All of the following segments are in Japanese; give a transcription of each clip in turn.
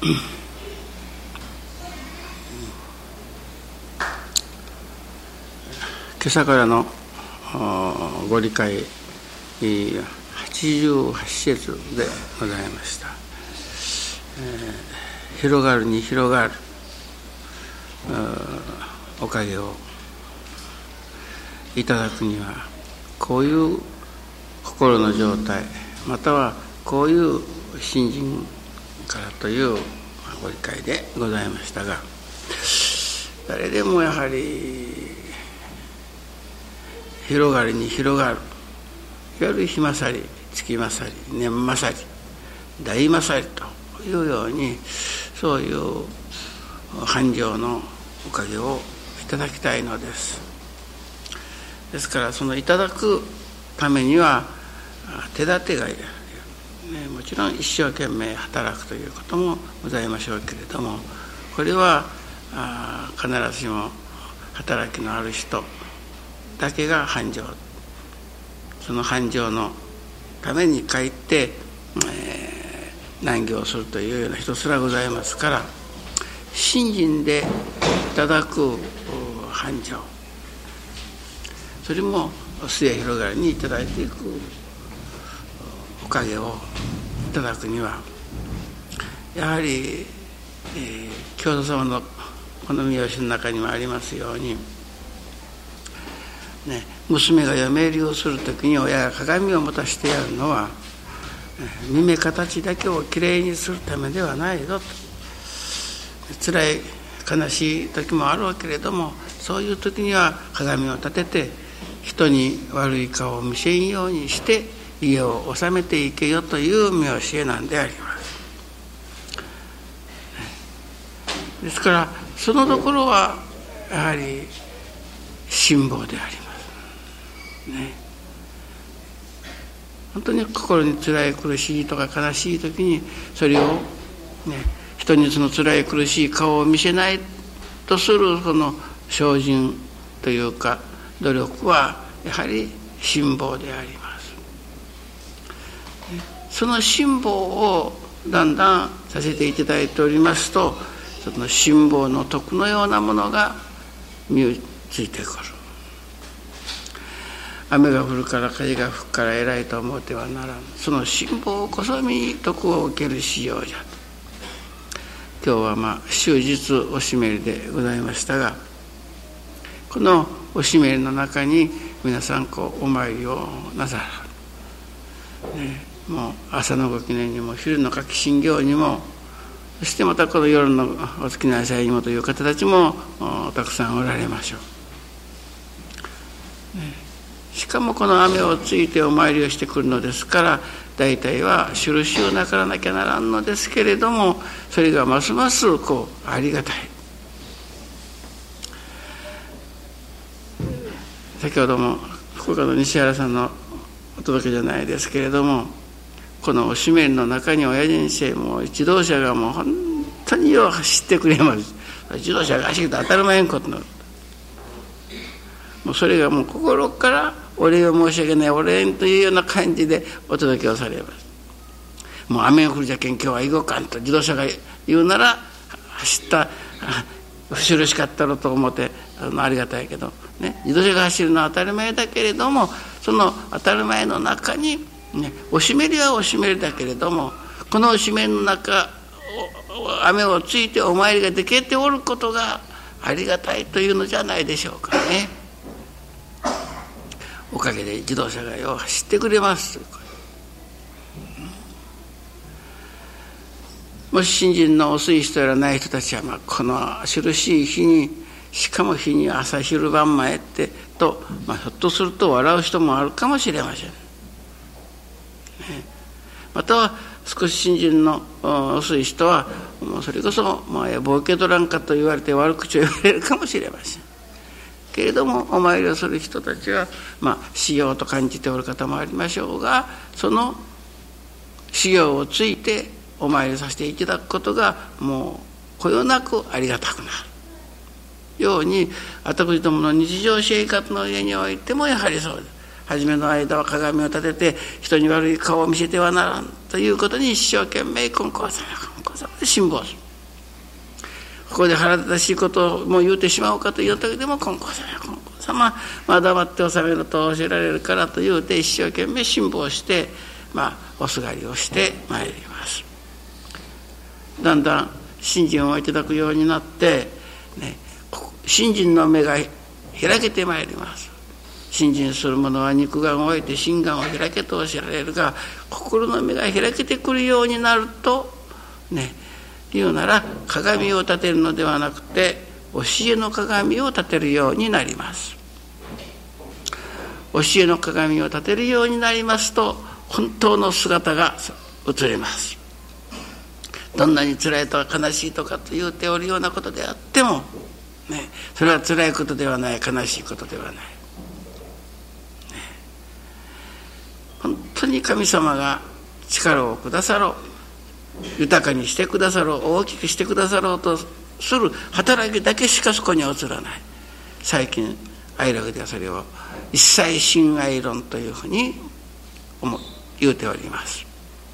今朝からのご理解88節でございました。広がるに広がるおかげをいただくには、こういう心の状態、またはこういう信心からというご理解でございましたが、誰でもやはり広がりに広がる、いわゆる日勝り、月勝り、年勝り、大勝りというように、そういう繁盛のおかげをいただきたいのです。ですからそのいただくためには手立てがいる、もちろん一生懸命働くということもございましょうけれども、これは必ずしも働きのある人だけが繁盛、その繁盛のためにかえって、難行するというような人すらございますから、信心でいただく繁盛、それも末広がりにいただいていくおかげをいただくには、やはり、教祖様のこの御教の中にもありますように、娘が嫁入りをするときに親が鏡を持たしてやるのは、見目形だけをきれいにするためではないぞと。辛い悲しい時もあるけれども、そういう時には鏡を立てて人に悪い顔を見せんようにして家を治めていけよという見教えなんであります。ですからそのところはやはり辛抱でありますね。本当に心に辛い苦しいとか悲しい時に、それを人にその辛い苦しい顔を見せないとするその精進というか努力はやはり辛抱であります。その辛抱をだんだんさせていただいておりますと、その辛抱の徳のようなものが身についてくる。雨が降るから風が吹くから偉いと思ってはならん。その辛抱こそ身に徳を受けるしようじゃと。今日は終日おしめりでございましたが、このおしめりの中に皆さんお参りをなさる、もう朝のご記念にも昼の夏季神行にも、そしてまたこの夜のお月の祭にもという方たちもたくさんおられましょう。しかもこの雨をついてお参りをしてくるのですから、大体は印をなからなきゃならんのですけれども、それがますますありがたい。先ほども福岡の西原さんのお届けじゃないですけれども、このおしめりの中に親人生も自動車がもう本当によう走ってくれます。自動車が走って当たり前んことになる。もうそれがもう心からお礼を申し上げないお礼というような感じでお届けをされます。もう雨が降るじゃけん今日は行こうかんと自動車が言うなら、走った後ろしかったろと思ってありがたいけど、自動車が走るのは当たり前だけれども、その当たり前の中に、おしめりはおしめりだけれども、このおしめりの中雨をついてお参りができておることがありがたいというのじゃないでしょうかね。おかげで自動車がよう走ってくれます。もし信心の薄い人やらない人たちは、この苦しい日に、しかも日に朝昼晩前ってと、ひょっとすると笑う人もあるかもしれません。または少し信心の薄い人は、それこそボケとらんかと言われて悪口を言われるかもしれませんけれども、お参りをする人たちは修行と感じておる方もありましょうが、その修行をついてお参りさせていただくことがもうこよなくありがたくなるように、私どもの日常生活の上においてもやはりそうです。初めの間は鏡を立てて人に悪い顔を見せてはならんということに一生懸命根拠をさなかった。 公様で辛抱する。ここで腹立たしいことをもう言うてしまおうかという時でも金光様黙って納めろと教えられるからと言うて一生懸命辛抱しておすがりをしてまいります。だんだん信心をいただくようになって、信心の目が開けてまいります。信心する者は肉眼を置いて心眼を開けと教えられるが、心の目が開けてくるようになると言うなら鏡を立てるのではなくて教えの鏡を立てるようになります。教えの鏡を立てるようになりますと本当の姿が映ります。どんなに辛いとか悲しいとかと言うておるようなことであっても、それは辛いことではない、悲しいことではない、本当に神様が力をくださろう、豊かにしてくださろう、大きくしてくださろうとする働きだけしかそこには映らない。最近愛楽ではそれを一切親愛論というふうに言うております。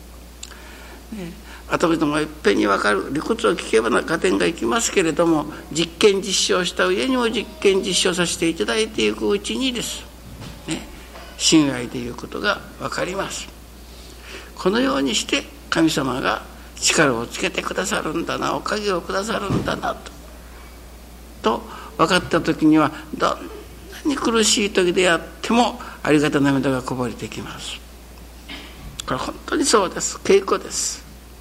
後々もいっぺんに分かる、理屈を聞けば加点がいきますけれども、実験実証した上にも実験実証させていただいていくうちにです親愛ということが分かります。このようにして神様が力をつけてくださるんだな、おかげをくださるんだなと分かった時には、どんなに苦しい時であってもありがた涙がこぼれてきます。これ本当にそうです。稽古です。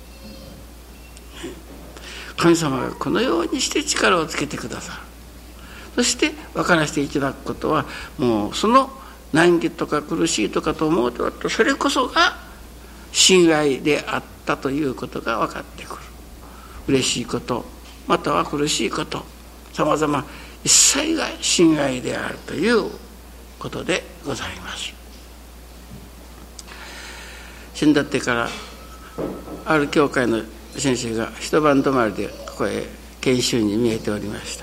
神様がこのようにして力をつけてくださる。そして分からせていただくことは、もうその難儀とか苦しいとかと思うと、それこそが親愛であったということが分かってくる。嬉しいことまたは苦しいことさまざま一切が親愛であるということでございます。死んだってからある教会の先生が一晩泊まりでここへ研修に見えておりました。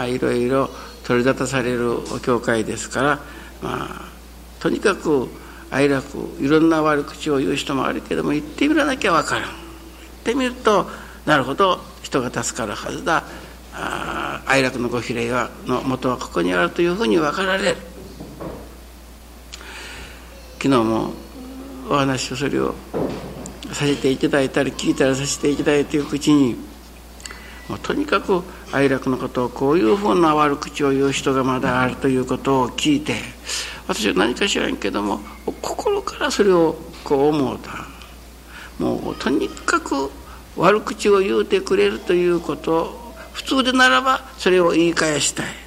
いろいろ取り沙汰されるお教会ですから、とにかく愛楽いろんな悪口を言う人もあるけども、言ってみらなきゃ分からん。言ってみるとなるほど人が助かるはずだ、愛楽のご比例の元はここにあるというふうに分かられる。昨日もお話をそれをさせていただいたり聞いたりさせていただいていくうちに、もうとにかく愛楽のことをこういうふうな悪口を言う人がまだあるということを聞いて、私は何か知らんけども心からそれをこう思うた。もうとにかく悪口を言うてくれるということを、普通でならばそれを言い返したい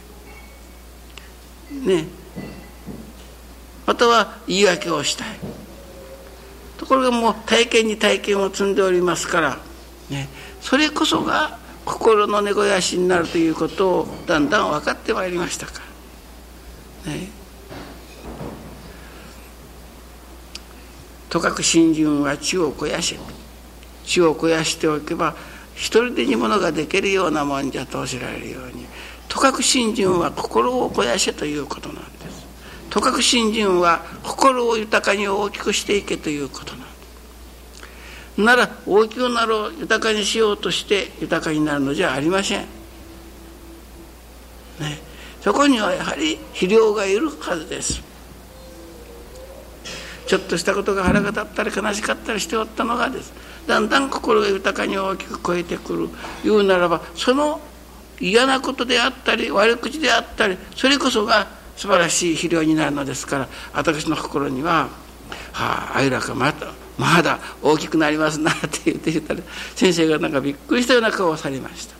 または言い訳をしたい。ところがもう体験に体験を積んでおりますから、それこそが心の根肥やしになるということをだんだん分かってまいりましたから、とかく信心は地を肥やし、地を肥やしておけば一人でに物ができるようなもんじゃと教えられるように、とかく信心は心を肥やせということなんです。とかく信心は心を豊かに大きくしていけということなんです。なら大きくなろう、豊かにしようとして豊かになるのじゃありません、そこにはやはり肥料がいるはずです。ちょっとしたことが腹が立ったり悲しかったりしておったのがです、だんだん心が豊かに大きく超えてくる。言うならばその嫌なことであったり悪口であったり、それこそが素晴らしい肥料になるのですから、私の心には愛楽がまだ大きくなりますなって言ったら、先生がなんかびっくりしたような顔をされました。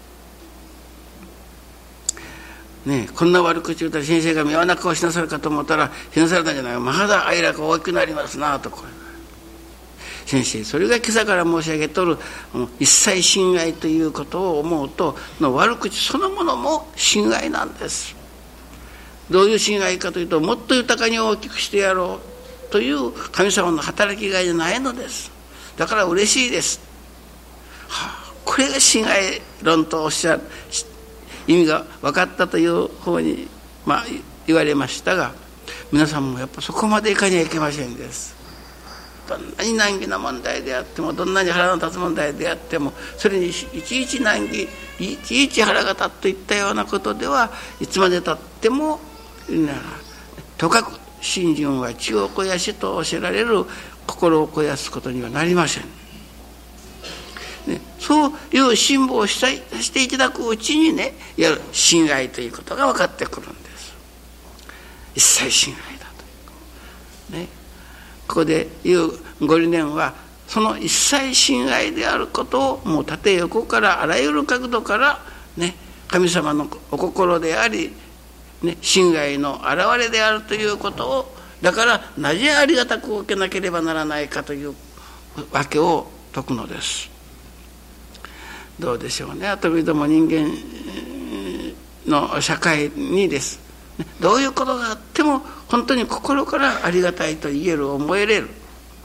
こんな悪口言ったら先生が妙な顔をしなさるかと思ったら、しなされたんじゃない、まだ愛楽が大きくなりますなと。先生、それが今朝から申し上げとる一切親愛ということを思うと、の悪口そのものも親愛なんです。どういう親愛かというと、もっと豊かに大きくしてやろうという神様の働きがいじゃないのです。だから嬉しいです、これが親愛論とおっしゃる意味が分かったという方に言われましたが、皆さんもやっぱそこまでいかにはいけませんです。 どんなに難儀な問題であっても、どんなに腹の立つ問題であっても、それにいちいち難儀、いちいち腹が立つといったようなことではいつまでたってもとかく信心は血を肥やしと教えられる心を肥やすことにはなりません。ね、そういう辛抱をしていただくうちにね、いわゆる信愛ということが分かってくるんです。一切信愛だと、ね、ここで言うご理念はその一切信愛であることをもう縦横からあらゆる角度から、ね、神様のお心であり、ね、信愛の表れであるということを、だからなぜありがたく受けなければならないかというわけを説くのです。どうでしょうね。あとども人間の社会にです、どういうことがあっても本当に心からありがたいと言える、思えれる、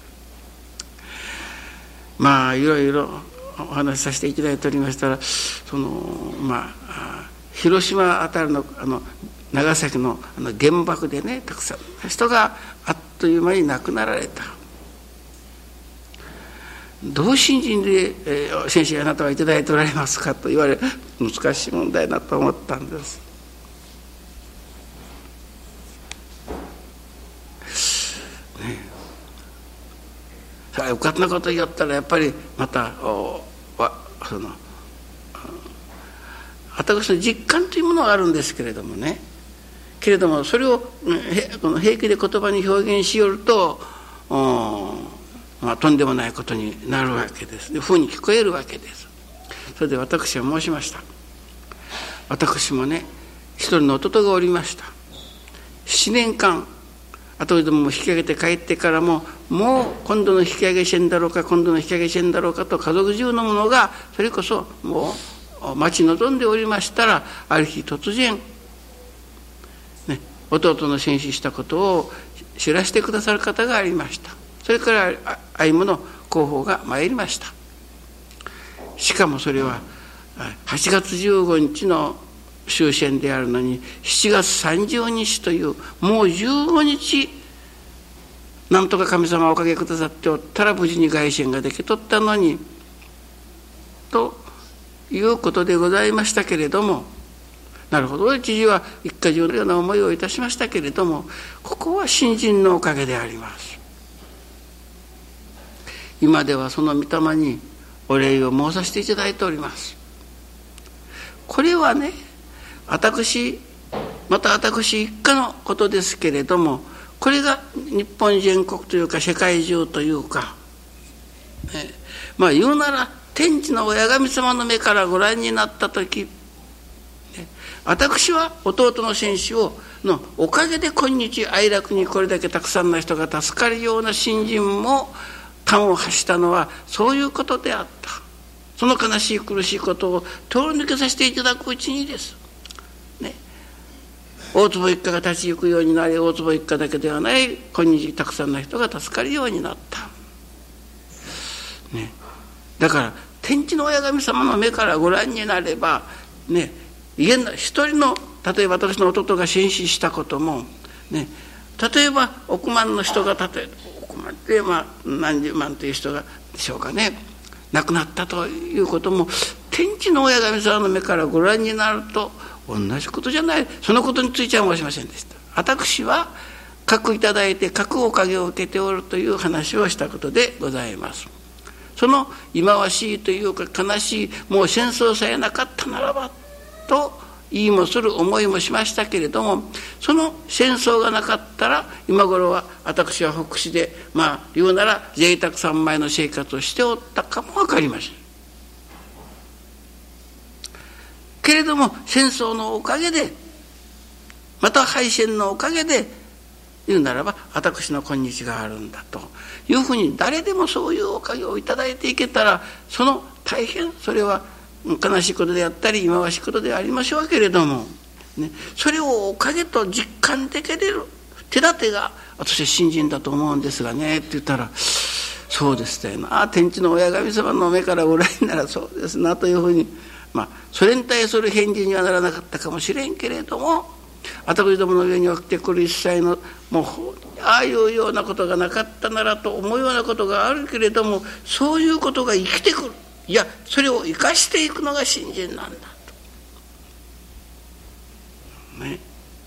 まあいろいろお話しさせていただいておりましたら、広島あたりの長崎の原爆でね、たくさんの人があっという間に亡くなられた。どう信心で、先生あなたはいただいておられますかと言われ、難しい問題だと思ったんです。それはうかつなこと言ったらやっぱりまた私の実感というものがあるんですけれどもね、けれどもそれを平気で言葉に表現しよるととんでもないことになるわけです。ふうに聞こえるわけです。それで私は申しました。私もね、一人の弟がおりました。7年間後でも引き上げて帰ってからも、もう今度の引き上げ線だろうか、今度の引き上げ線だろうかと家族中の者がそれこそもう待ち望んでおりましたら、ある日突然、ね、弟の戦死したことを知らせてくださる方がありました。それから愛慕の広報が参りました。しかもそれは8月15日の終戦であるのに、7月30日というもう15日なんとか神様おかげくださっておったら無事に凱旋ができとったのにということでございましたけれども、なるほど、一時は一家中のような思いをいたしましたけれども、ここは信心のおかげであります。今ではその御霊にお礼を申させていただいております。これはね、私一家のことですけれども、これが日本全国というか世界中というか、言うなら天地の親神様の目からご覧になった時、私は弟の戦死のおかげで今日哀楽にこれだけたくさんの人が助かるような信心も端を発したのはそういうことであった。その悲しい苦しいことを通り抜けさせていただくうちにです、ね、大坪一家が立ち行くようになり、大坪一家だけではない今日たくさんの人が助かるようになった、ね、だから天地の親神様の目からご覧になれば、ね、一人の例えば私の弟が戦死したことも、ね、例えば億万の人が億万で何十万という人がでしょうかね、亡くなったということも天地の親神様の目からご覧になると同じことじゃない。そのことについては申しませんでした。私は核いただいて核おかげを受けておるという話をしたことでございます。その忌まわしいというか悲しい、もう戦争さえなかったならばと言いもする思いもしましたけれども、その戦争がなかったら今頃は私は北市で言うなら贅沢三昧の生活をしておったかも分かりませんけれども、戦争のおかげでまた敗戦のおかげで言うならば私の今日があるんだというふうに、誰でもそういうおかげをいただいていけたら、その大変それは悲しいことであったり忌まわしいことでありましょうけれども、ね、それをおかげと実感できれる手立てが私は信心だと思うんですがねって言ったら、そうですねな、天地の親神様の目からご覧にならそうですなというふうに、それに対する返事にはならなかったかもしれんけれども、 私どもの上に起きてくる一切のもうああいうようなことがなかったならと思うようなことがあるけれども、そういうことが生きてくる、いやそれを生かしていくのが信心なんだと、ね、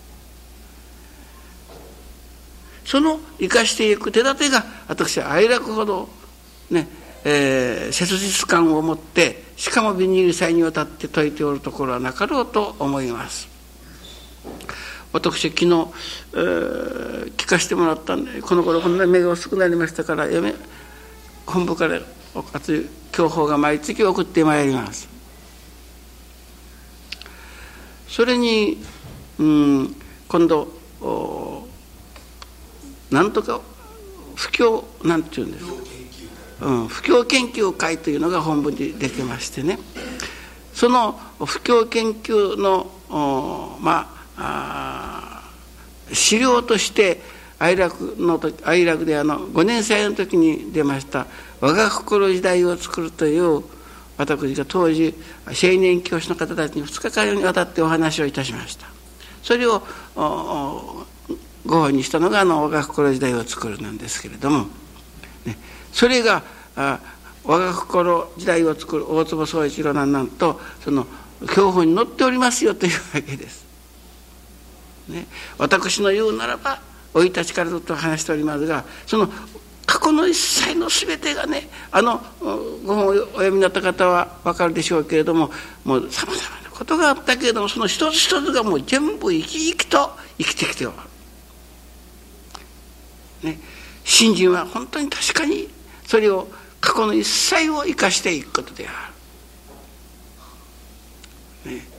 その生かしていく手立てが私は愛楽ほどね、切実感を持ってしかもビニール祭にわたって説いておるところはなかろうと思います。私昨日、聞かせてもらったんで、この頃こんな目が遅くなりましたから本部から教法が毎月送ってまいります。それに、今度なんとか布教なんていうんですか、布教研究会というのが本部に出てましてね、その布教研究の資料として愛楽で5年生の時に出ました「我が心時代を作る」という私が当時青年教師の方たちに2日間にわたってお話をいたしました。それをご本にしたのが我が心時代を作るなんですけれども、ね、それが我が心時代を作る大坪宗一郎なんとその教本に載っておりますよというわけです、ね、私の言うならば生い立ちからずっと話しておりますが、その過去の一切の全てがね、ご本をお読みになった方は分かるでしょうけれども、もうさまざまなことがあったけれども、その一つ一つがもう全部生き生きと生きてきておる、ね、信心は本当に確かにそれを過去の一切を生かしていくことである、ね、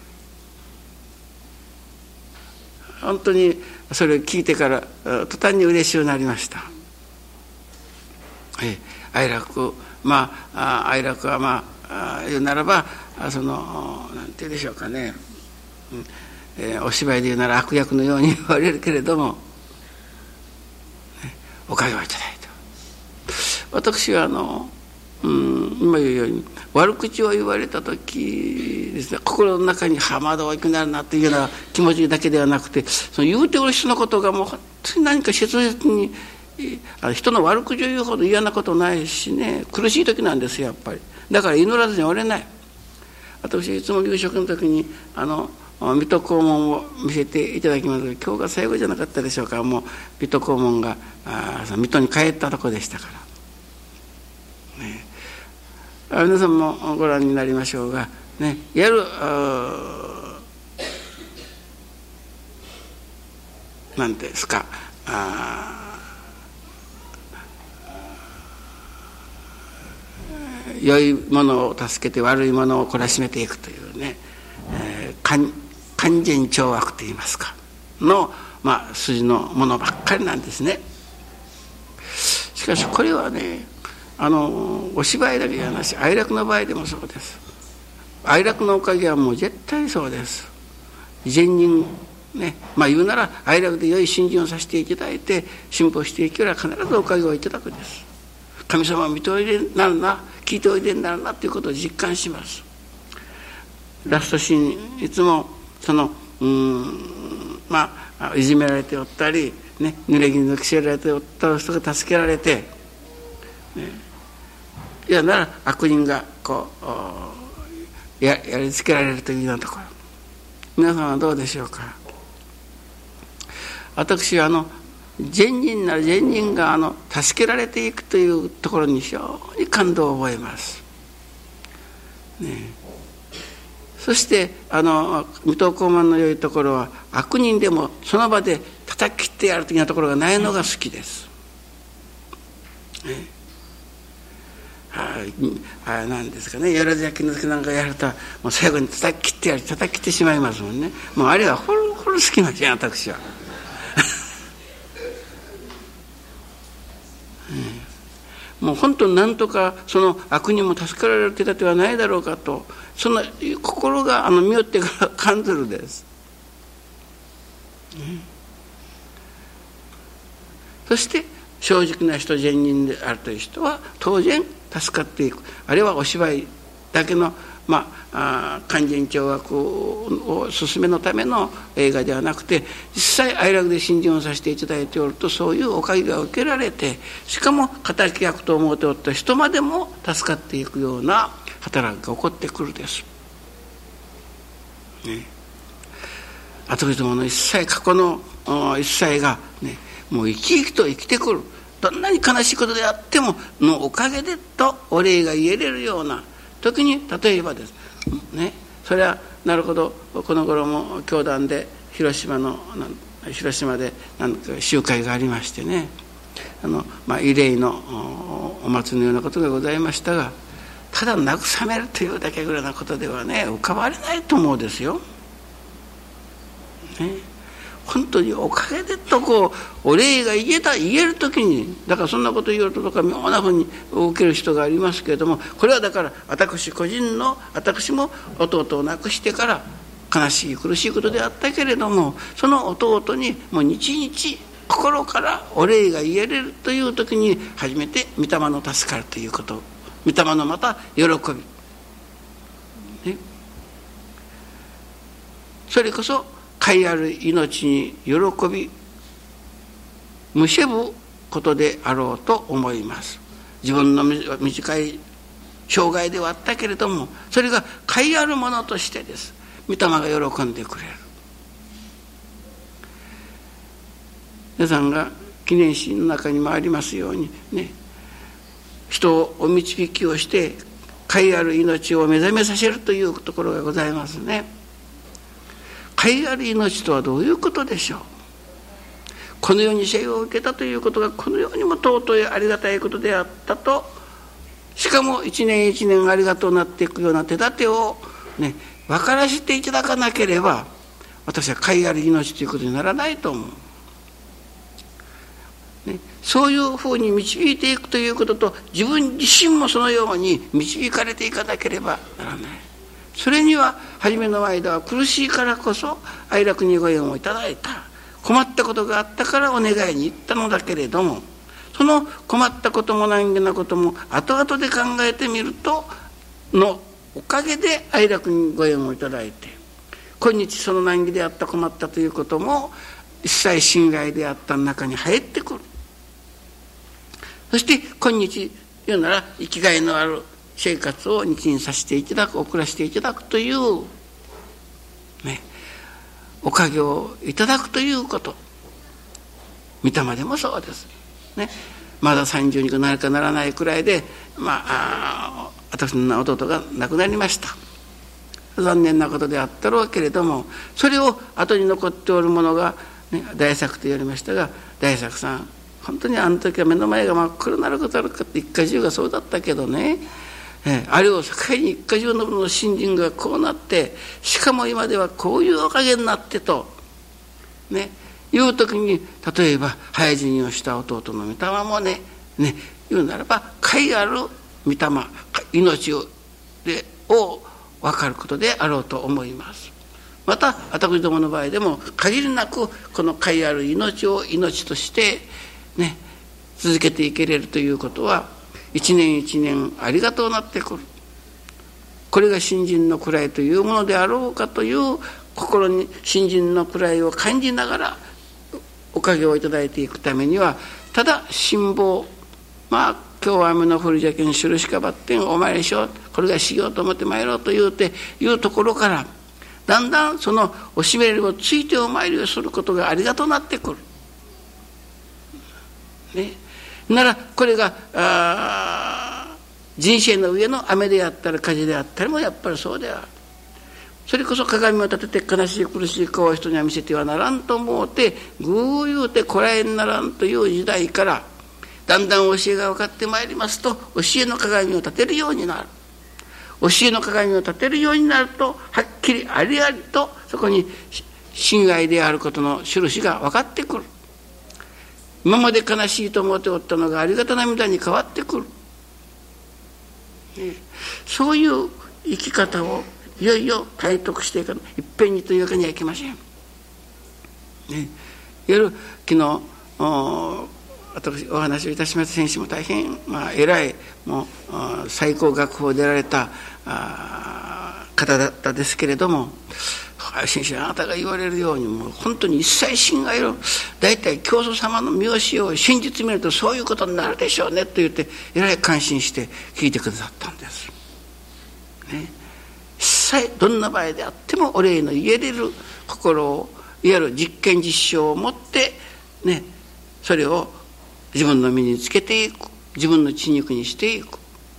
本当にそれを聞いてから途端に嬉しくなりました。愛楽愛楽は言うならばなんて言うでしょうかね、お芝居で言うなら悪役のように言われるけれども、おかげをいただいた。私は今言うように悪口を言われた時ですね、心の中にまだ大きくなるなというような気持ちだけではなくて、その言うておる人のことがもう本当に何か切実に人の悪口を言うほど嫌なことないしね、苦しい時なんですよやっぱり。だから祈らずにおれない。私いつも夕食の時に水戸黄門を見せていただきますが、今日が最後じゃなかったでしょうか。もう水戸黄門が水戸に帰ったとこでしたから、ね、皆さんもご覧になりましょうが、ね、なんてですか、良いものを助けて悪いものを懲らしめていくというね、勧善懲悪といいますかの、筋のものばっかりなんですね。しかしこれはね、お芝居だけじゃなし愛楽の場合でもそうです。愛楽のおかげはもう絶対そうです。善人ね、言うなら愛楽で良い信心をさせていただいて進歩していけば必ずおかげをいただくです。神様を見ておいでになるな、聞いておいでになるなということを実感します。ラストシーンいつもいじめられておったり、ね、濡れ衣を着せられておった人が助けられて、ね、いやなら悪人がやりつけられるというようなところ、皆さんはどうでしょうか。私は善人なら善人が助けられていくというところに非常に感動を覚えます、ね、そして水戸黄門の良いところは悪人でもその場で叩き切ってやるというようなところがないのが好きです、ね、なんですかね、よろずやきのすけなんかやるともう最後に叩き切ってしまいますもんね。もうあれはほる好きなんですよ私はもう本当になんとかその悪にも助けられる手立てはないだろうかと、そんな心が身よってから感ずるです、そして正直な人、善人であるという人は当然助かっていく。あれはお芝居だけの勧進懲悪を進めのための映画ではなくて、実際哀楽で信心をさせていただいておると、そういうおかげが受けられて、しかも敵役と思っておった人までも助かっていくような働きが起こってくるです。ね、私どもの一切過去の一切がね、もう生き生きと生きてくる。どんなに悲しいことであってものおかげでとお礼が言えれるような時に、例えばですね、それはなるほど、この頃も教団で広島でなんか集会がありましてね、慰霊のお祭りのようなことがございましたが、ただ慰めるというだけぐらいなことではね、浮かばれないと思うんですよ。ね、本当におかげでとお礼が言える時に、だからそんなこと言うとか妙なふうに受ける人がありますけれども、これはだから私個人の、私も弟を亡くしてから悲しい苦しいことであったけれども、その弟にもう日々心からお礼が言えれるという時に初めて御霊の助かるということ、御霊のまた喜び、ね、それこそ悔いある命に喜びむしぶことであろうと思います。自分の短い生涯ではあったけれども、それが悔いあるものとしてです。御霊が喜んでくれる。皆さんが記念碑の中にもありますようにね、人をお導きをして悔いある命を目覚めさせるというところがございますね。悔いある命とはどういうことでしょう。この世に生を受けたということがこのようにも尊いありがたいことであったと、しかも一年一年ありがとうなっていくような手立てをね、分からせていただかなければ、私は悔いある命ということにならないと思う、ね、そういうふうに導いていくということと、自分自身もそのように導かれていかなければならない。それには初めの間は苦しいからこそ哀楽にご縁をいただいた、困ったことがあったからお願いに行ったのだけれども、その困ったことも難儀なことも後々で考えてみるとのおかげで哀楽にご縁をいただいて、今日その難儀であった困ったということも一切侵害であった中に入ってくる。そして今日言うなら生きがいのある生活を日にさせていただく、送らせていただくというね、おかげをいただくということ、御霊でもそうですね。まだ30になるかならないくらいで、私の弟が亡くなりました。残念なことであったろうけれども、それを後に残っておるものが、ね、大作と言われましたが、大作さん本当にあの時は目の前が真っ黒になることあるかって、一家中がそうだったけどね、あれを境に一家中のの信心がこうなって、しかも今ではこういうおかげになってとね、いう時に、例えば早死にをした弟の御霊もね言うならば悔ある御霊、命を分かることであろうと思います。また私どもの場合でも限りなくこの悔ある命を命としてね続けていけれるということは、一年一年ありがとうなってくる。これが信心の位というものであろうかという心に信心の位を感じながらおかげをいただいていくためには、ただ辛抱、今日は雨の降るじゃけん印かばってんお参りしよう、これがしようと思って参ろうというところから、だんだんそのおしめりをついてお参りをすることがありがとうなってくるね。ならこれが人生の上の雨であったり風であったりもやっぱりそうである。それこそ鏡を立てて悲しい苦しい顔を人には見せてはならんと思うて、ぐう言うてこらえにならんという時代から、だんだん教えが分かってまいりますと、教えの鏡を立てるようになる。教えの鏡を立てるようになると、はっきりありありとそこに親愛であることの印が分かってくる。今まで悲しいと思っておったのがありがた涙に変わってくる、そういう生き方をいよいよ体得していかない、いっぺんにというわけにはいきません、いわゆる昨日私お話をいたしました先生も大変偉いもう最高学府を出られた方だったですけれども、先生あなたが言われるようにもう本当に一切心外の大体教祖様の見教えを真実見るとそういうことになるでしょうねと言ってえらい感心して聞いてくださったんです、ね、一切どんな場合であってもお礼の言えれる心をいわゆる実験実証を持って、ね、それを自分の身につけていく、自分の血肉にしていく、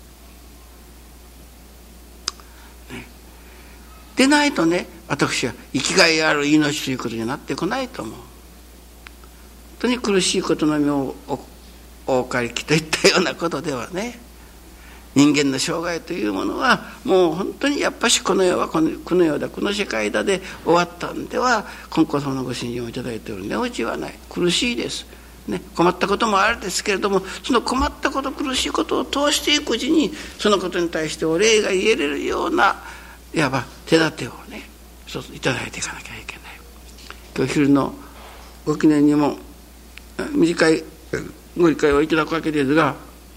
ね、でないとね、私は生きがいある命ということになってこないと思う。本当に苦しいことの身をお借りきといったようなことではね、人間の生涯というものはもう本当にやっぱしこの世はこの世だ、この世界だで終わったんでは金光様のご信心をいただいておる値打ちはない。苦しいです、ね、困ったこともあるんですけれども、その困ったこと、苦しいことを通していくうちにそのことに対してお礼が言えれるようないわば手立てをね一ついただいていかなきゃいけない。今日昼のご記念にも短いご理解をいただくわけですが、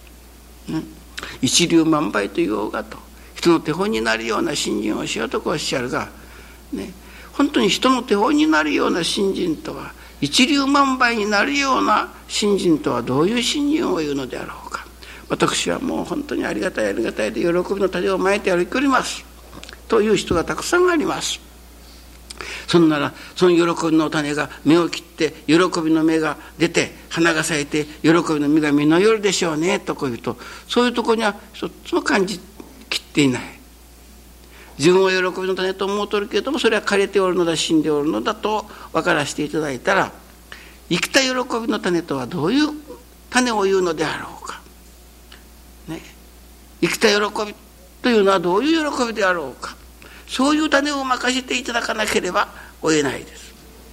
一粒万倍と言おうがと、人の手本になるような信心をしようとこうおっしゃるが、ね、本当に人の手本になるような信心とは、一粒万倍になるような信心とはどういう信心を言うのであろうか。私はもう本当にありがたいありがたいで喜びの種をまいて歩きおりますという人がたくさんあります。そんならその喜びの種が芽を切って喜びの芽が出て花が咲いて喜びの実が実の夜でしょうねとこう言うと、そういうところには一つも感じきっていない。自分を喜びの種と思うとるけれども、それは枯れておるのだ、死んでおるのだと分からせていただいたら、生きた喜びの種とはどういう種を言うのであろうか、ね、生きた喜びというのはどういう喜びであろうか、そういう種を任せていただかなければおえないです。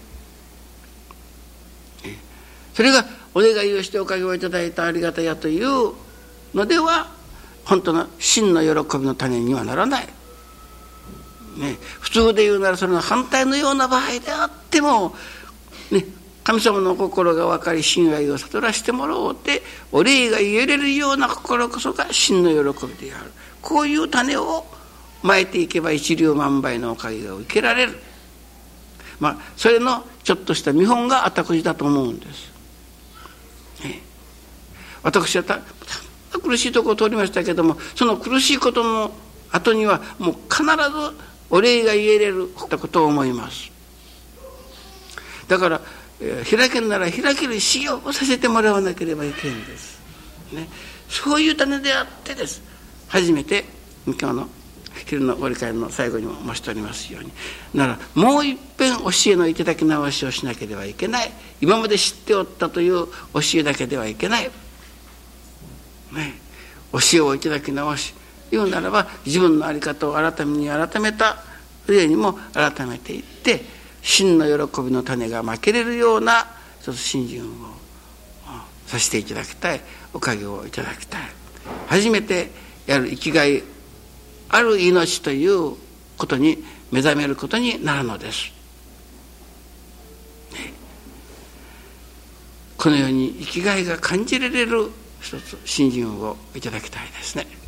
それがお願いをしておかげをいただいたありがたやというのでは本当の真の喜びの種にはならない、ね、普通で言うならそれの反対のような場合であっても、ね、神様の心が分かり信頼を悟らせてもらおうてお礼が言えれるような心こそが真の喜びである。こういう種をまいていけば一粒万倍のおかげが受けられる。それのちょっとした見本が私だと思うんです。私は苦しいところを通りましたけども、その苦しいことの後にはもう必ずお礼が言えれることを思います。だから開けるなら開ける修行をさせてもらわなければいけないんです、ね、そういう種であってです。初めて今日の昼のご理解の最後にも申しておりますように、ならもう一遍教えのいただき直しをしなければいけない。今まで知っておったという教えだけではいけない、ね、教えをいただき直し言うならば自分の在り方を改めた上にも改めていって真の喜びの種がまけれるような一つ信心をさせていただきたい、おかげをいただきたい。初めてやる生きがいある命ということに目覚めることになるのです、ね、このように生きがいが感じられる一つ信心をいただきたいですね。